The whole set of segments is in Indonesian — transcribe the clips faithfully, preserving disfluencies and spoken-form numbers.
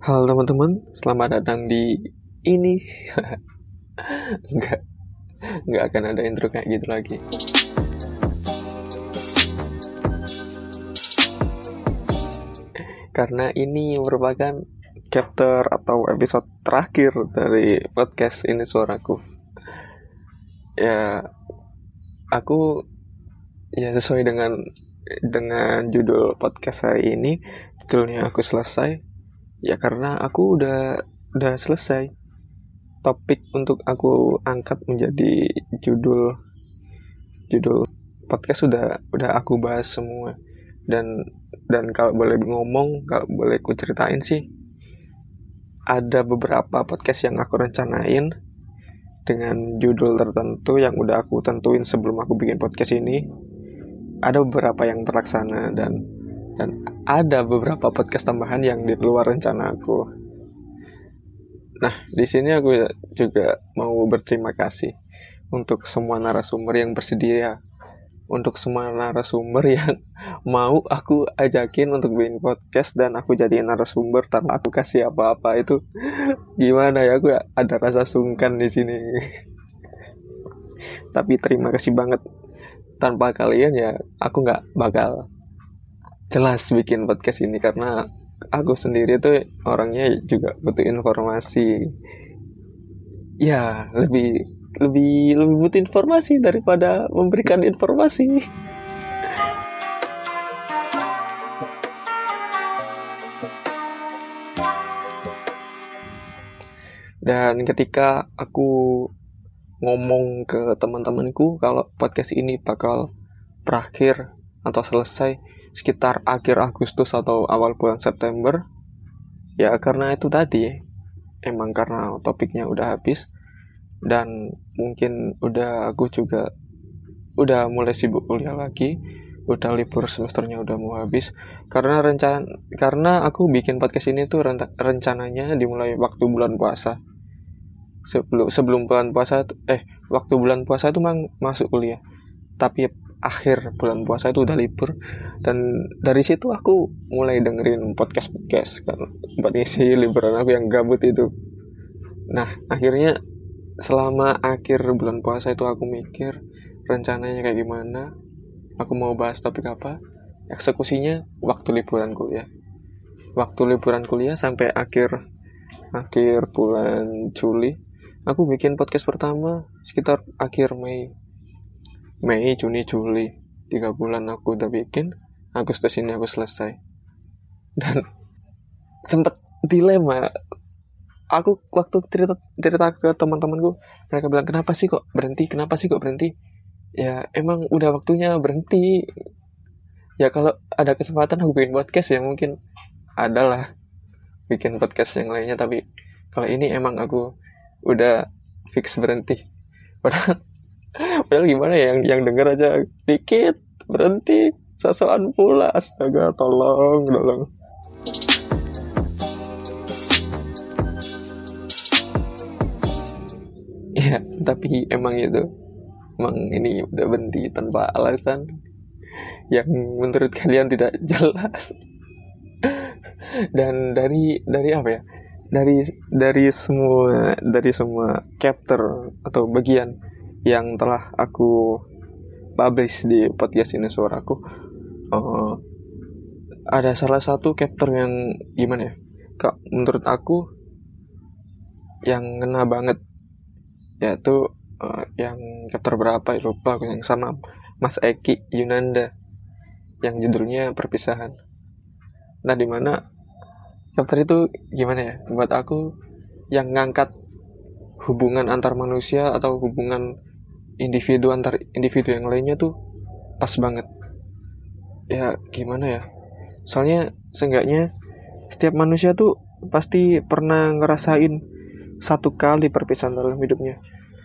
Halo teman-teman, selamat datang di ini. Enggak, enggak akan ada intro kayak gitu lagi. Karena ini merupakan chapter atau episode terakhir dari podcast Ini Suaraku. Ya, aku ya sesuai dengan dengan judul podcast hari ini, judulnya Aku Selesai. Ya karena aku udah udah selesai. Topik untuk aku angkat menjadi judul judul podcast sudah udah aku bahas semua. Dan dan kalau boleh ngomong, kalau boleh ku ceritain sih, ada beberapa podcast yang aku rencanain dengan judul tertentu yang udah aku tentuin sebelum aku bikin podcast ini. Ada beberapa yang terlaksana dan dan ada beberapa podcast tambahan yang di luar rencana aku. Nah, di sini aku juga mau berterima kasih untuk semua narasumber yang bersedia, untuk semua narasumber yang mau aku ajakin untuk bikin podcast dan aku jadiin narasumber tanpa aku kasih apa-apa. Itu gimana ya, aku ada rasa sungkan di sini. Tapi terima kasih banget, tanpa kalian ya aku nggak bakal jelas bikin podcast ini, karena aku sendiri tuh orangnya juga butuh informasi. Ya, lebih lebih lebih butuh informasi daripada memberikan informasi. Dan ketika aku ngomong ke teman-temanku kalau podcast ini bakal berakhir atau selesai sekitar akhir Agustus atau awal bulan September, ya karena itu tadi, emang karena topiknya udah habis dan mungkin udah aku juga udah mulai sibuk kuliah lagi, udah libur semesternya udah mau habis. Karena rencana karena aku bikin podcast ini tuh renta, rencananya dimulai waktu bulan puasa. Sebelum sebelum bulan puasa eh waktu bulan puasa itu mang masuk kuliah. Tapi akhir bulan puasa itu udah libur, dan dari situ aku mulai dengerin podcast-podcast kan buat ngisi liburan aku yang gabut itu. Nah, akhirnya selama akhir bulan puasa itu aku mikir rencananya kayak gimana, aku mau bahas topik apa, eksekusinya waktu liburan kuliah. Waktu liburan kuliah sampai akhir akhir bulan Juli, aku bikin podcast pertama sekitar akhir Mei. Mei, Juni, Juli, tiga bulan aku udah bikin. Agustus ini aku selesai. Dan sempet dilema. Aku waktu cerita cerita ke teman-temanku, mereka bilang kenapa sih kok berhenti, kenapa sih kok berhenti. Ya emang udah waktunya berhenti. Ya kalau ada kesempatan aku bikin podcast ya mungkin adalah bikin podcast yang lainnya, tapi kalau ini emang aku udah fix berhenti. Padahal Padahal gimana ya, yang yang denger aja dikit berhenti, sosokan pula, astaga, tolong tolong. Ya tapi emang itu, emang ini udah berhenti tanpa alasan yang menurut kalian tidak jelas. Dan dari dari apa ya, dari dari semua dari semua chapter atau bagian yang telah aku publish di podcast Ini Suaraku, uh, ada salah satu chapter yang gimana ya, kak, menurut aku yang ngena banget, yaitu uh, yang chapter berapa ya, lupa aku, yang sama Mas Eki Yunanda, yang judulnya Perpisahan. Nah, dimana chapter itu gimana ya, buat aku yang ngangkat hubungan antar manusia atau hubungan individu antar individu yang lainnya tuh pas banget. Ya gimana ya, soalnya seenggaknya setiap manusia tuh pasti pernah ngerasain satu kali perpisahan dalam hidupnya.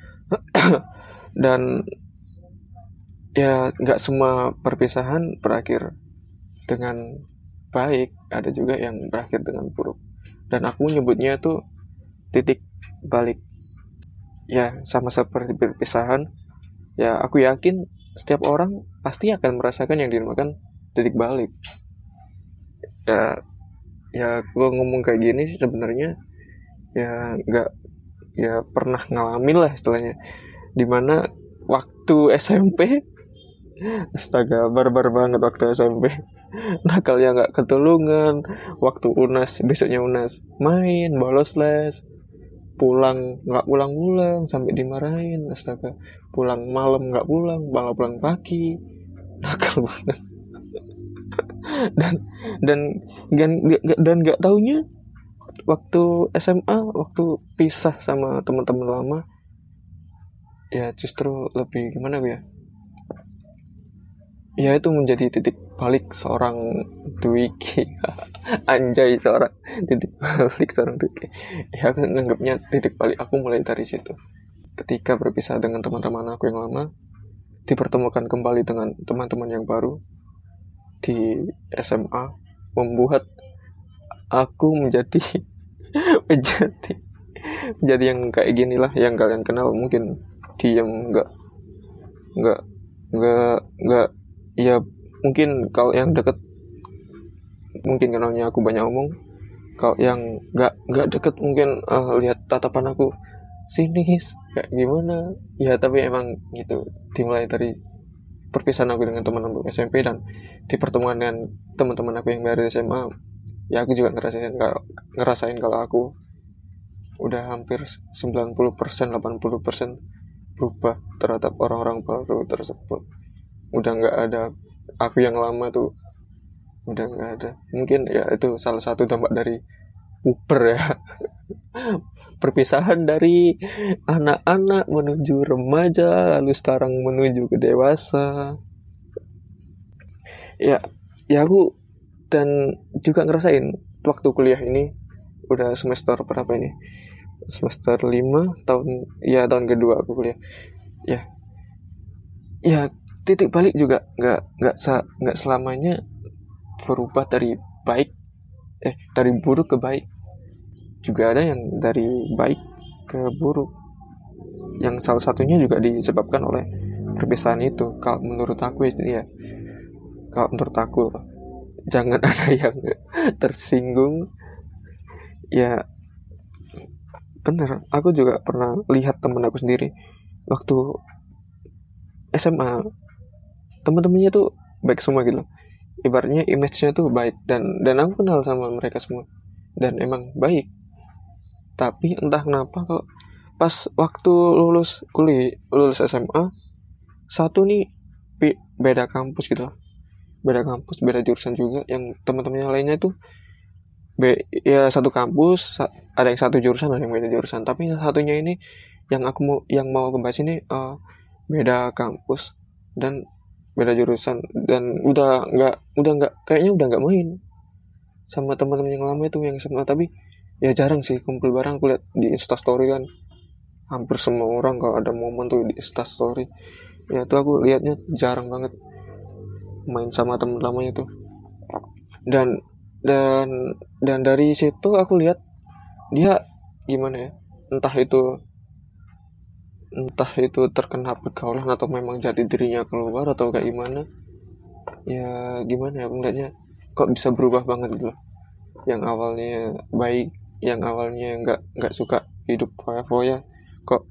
Dan ya nggak semua perpisahan berakhir dengan baik, ada juga yang berakhir dengan buruk. Dan aku nyebutnya tuh titik balik. Ya sama seperti perpisahan, ya aku yakin setiap orang pasti akan merasakan yang dinamakan titik balik. Ya ya gue ngomong kayak gini sih sebenarnya ya nggak, ya pernah ngalamin lah istilahnya, dimana waktu S M P astaga barbar banget waktu S M P nakalnya nggak ketulungan. Waktu UNAS, besoknya UNAS main bolos les, pulang nggak pulang-pulang sampai dimarahin, astaga. Pulang malam nggak pulang, malah pulang pagi, nakal banget. dan dan dan dan nggak taunya waktu S M A, waktu pisah sama teman-teman lama, ya justru lebih gimana ya, ya itu menjadi titik balik seorang Dwiki. Anjay, seorang titik balik seorang Dwiki. Ya aku nganggapnya titik balik aku mulai dari situ, ketika berpisah dengan teman-teman aku yang lama, dipertemukan kembali dengan teman-teman yang baru di S M A, membuat aku menjadi menjadi menjadi yang kayak gini lah, yang kalian kenal. Mungkin diam, nggak nggak nggak nggak ya mungkin kalau yang deket mungkin kenalnya aku banyak omong, kalau yang nggak nggak deket mungkin uh, lihat tatapan aku sinis kayak gimana ya. Tapi emang gitu, dimulai dari perpisahan aku dengan teman aku S M P dan dipertemukan dengan teman-teman aku yang baru S M A, ya aku juga ngerasain kalau ngerasain kalau aku udah hampir sembilan puluh persen delapan puluh persen berubah terhadap orang-orang baru tersebut. Udah nggak ada aku yang lama tuh, udah nggak ada. Mungkin ya itu salah satu dampak dari puber ya. Perpisahan dari anak-anak menuju remaja, lalu sekarang menuju ke dewasa. Ya, ya aku dan juga ngerasain waktu kuliah ini, udah semester berapa ini? Semester lima tahun, ya tahun kedua aku kuliah. Ya, ya titik balik juga nggak nggak nggak selamanya berubah dari baik eh dari buruk ke baik, juga ada yang dari baik ke buruk, yang salah satunya juga disebabkan oleh perpisahan itu. Kalau menurut aku ya, kalau menurut aku jangan ada yang tersinggung ya. Bener, aku juga pernah lihat temen aku sendiri waktu S M A, temen-temennya tuh baik semua gitu, ibaratnya image-nya tuh baik, dan dan aku kenal sama mereka semua dan emang baik. Tapi entah kenapa kok pas waktu lulus kuliah, lulus S M A, satu nih beda kampus gitu, beda kampus, beda jurusan juga, yang teman-temannya lainnya tuh be, ya satu kampus, ada yang satu jurusan, ada yang beda jurusan. Tapi yang satunya ini yang aku mau yang mau aku bahas ini uh, beda kampus dan beda jurusan, dan udah nggak udah nggak kayaknya udah nggak main sama teman-teman yang lama itu yang sama. Tapi ya jarang sih kumpul bareng. Aku lihat di Instastory kan hampir semua orang kalau ada momen tuh di Instastory, ya tuh aku lihatnya jarang banget main sama teman lamanya tuh. Dan dan dan dari situ aku lihat dia gimana ya, entah itu entah itu terkena pergaulan atau memang jati dirinya keluar atau kayak gimana ya. Gimana ya, melihatnya kok bisa berubah banget gitu loh. Yang awalnya baik, yang awalnya nggak nggak suka hidup foya-foya, kok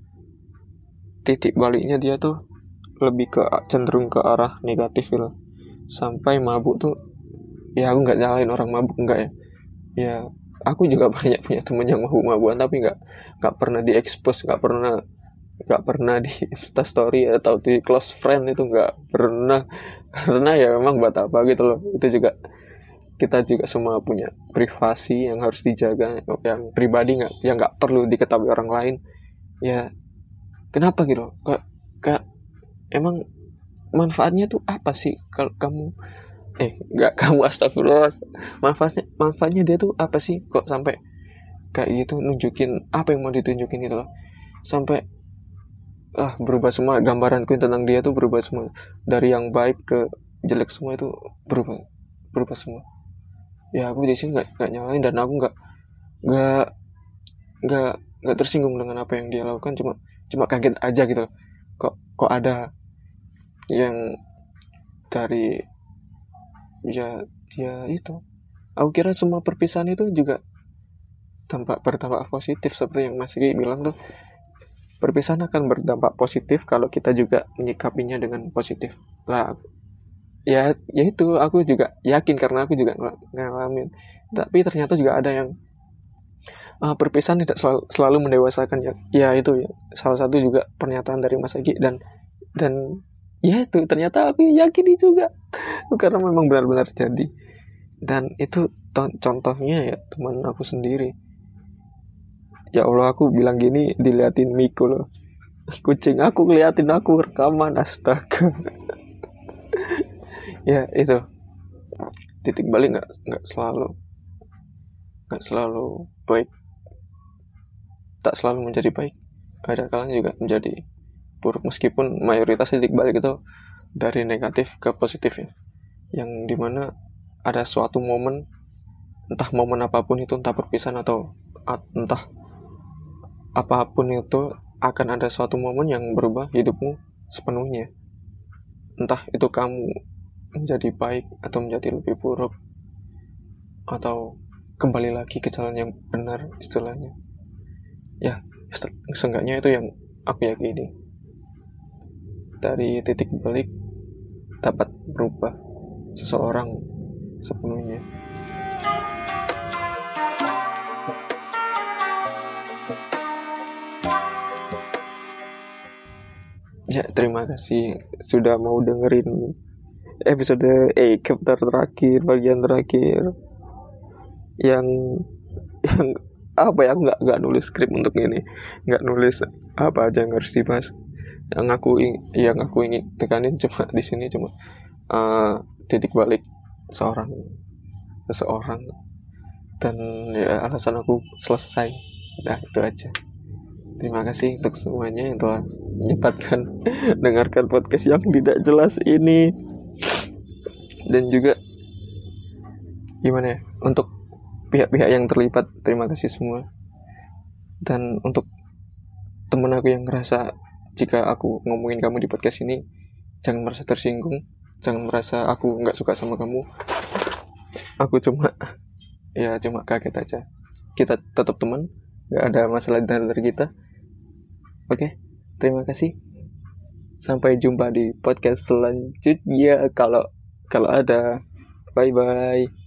titik baliknya dia tuh lebih ke cenderung ke arah negatif gitu. Sampai mabuk tuh, ya aku nggak nyalain orang mabuk, enggak ya. Ya aku juga banyak punya temen yang mabuk-mabukan, tapi nggak nggak pernah diekspos, nggak pernah nggak pernah di Instastory atau di close friend, itu nggak pernah. Karena ya memang buat apa gitu loh. Itu juga kita juga semua punya privasi yang harus dijaga, yang pribadi, nggak yang nggak perlu diketahui orang lain. Ya kenapa gitu? Kok kayak emang manfaatnya tuh apa sih kalau kamu eh nggak kamu astagfirullah, manfaatnya manfaatnya dia tuh apa sih kok sampai kayak gitu, nunjukin apa yang mau ditunjukin gitu loh, sampai ah berubah semua gambaranku tentang dia tuh, berubah semua dari yang baik ke jelek, semua itu berubah berubah semua. Ya aku di sini nggak nggak nyalain, dan aku nggak nggak nggak nggak tersinggung dengan apa yang dia lakukan, cuma cuma kaget aja gitu loh. kok kok ada yang dari ya dia itu Aku kira semua perpisahan itu juga dampak berdampak positif, seperti yang Mas Gi bilang tuh, perpisahan akan berdampak positif kalau kita juga menyikapinya dengan positif. Lah, ya, ya itu aku juga yakin karena aku juga ng- ngalamin. Tapi ternyata juga ada yang uh, perpisahan tidak selalu, selalu mendewasakan ya. Ya itu ya, salah satu juga pernyataan dari Mas Agi, dan dan ya itu ternyata aku yakini juga karena memang benar-benar jadi. Dan itu to- contohnya ya teman aku sendiri. Ya Allah, aku bilang gini diliatin Miko loh. Kucing aku ngeliatin aku rekaman, astaga. Ya itu, titik balik nggak nggak selalu nggak selalu baik, tak selalu menjadi baik. Ada kalanya juga menjadi buruk, meskipun mayoritas titik balik itu dari negatif ke positif ya. Yang dimana ada suatu momen, entah momen apapun itu, entah perpisahan atau entah apapun itu, akan ada suatu momen yang berubah hidupmu sepenuhnya. Entah itu kamu menjadi baik atau menjadi lebih buruk, atau kembali lagi ke jalan yang benar istilahnya. Ya, seenggaknya itu yang aku yakini. Dari titik balik dapat berubah seseorang sepenuhnya. Ya, terima kasih sudah mau dengerin episode eh chapter terakhir, bagian terakhir yang yang apa ya, aku nggak nggak nulis skrip untuk ini, nggak nulis apa aja yang harus dibahas. Yang aku ing- yang aku ingin tekanin cuma di sini cuma uh, titik balik seorang seseorang dan ya alasan aku selesai. Nah, itu aja. Terima kasih untuk semuanya yang telah menyempatkan dengarkan podcast yang tidak jelas ini. Dan juga gimana ya, untuk pihak-pihak yang terlibat, terima kasih semua. Dan untuk temen aku yang ngerasa jika aku ngomongin kamu di podcast ini, jangan merasa tersinggung, jangan merasa aku nggak suka sama kamu. Aku cuma ya cuma kaget aja. Kita tetap teman, nggak ada masalah dari kita. Oke, terima kasih. Sampai jumpa di podcast selanjutnya kalau kalau ada. Bye bye.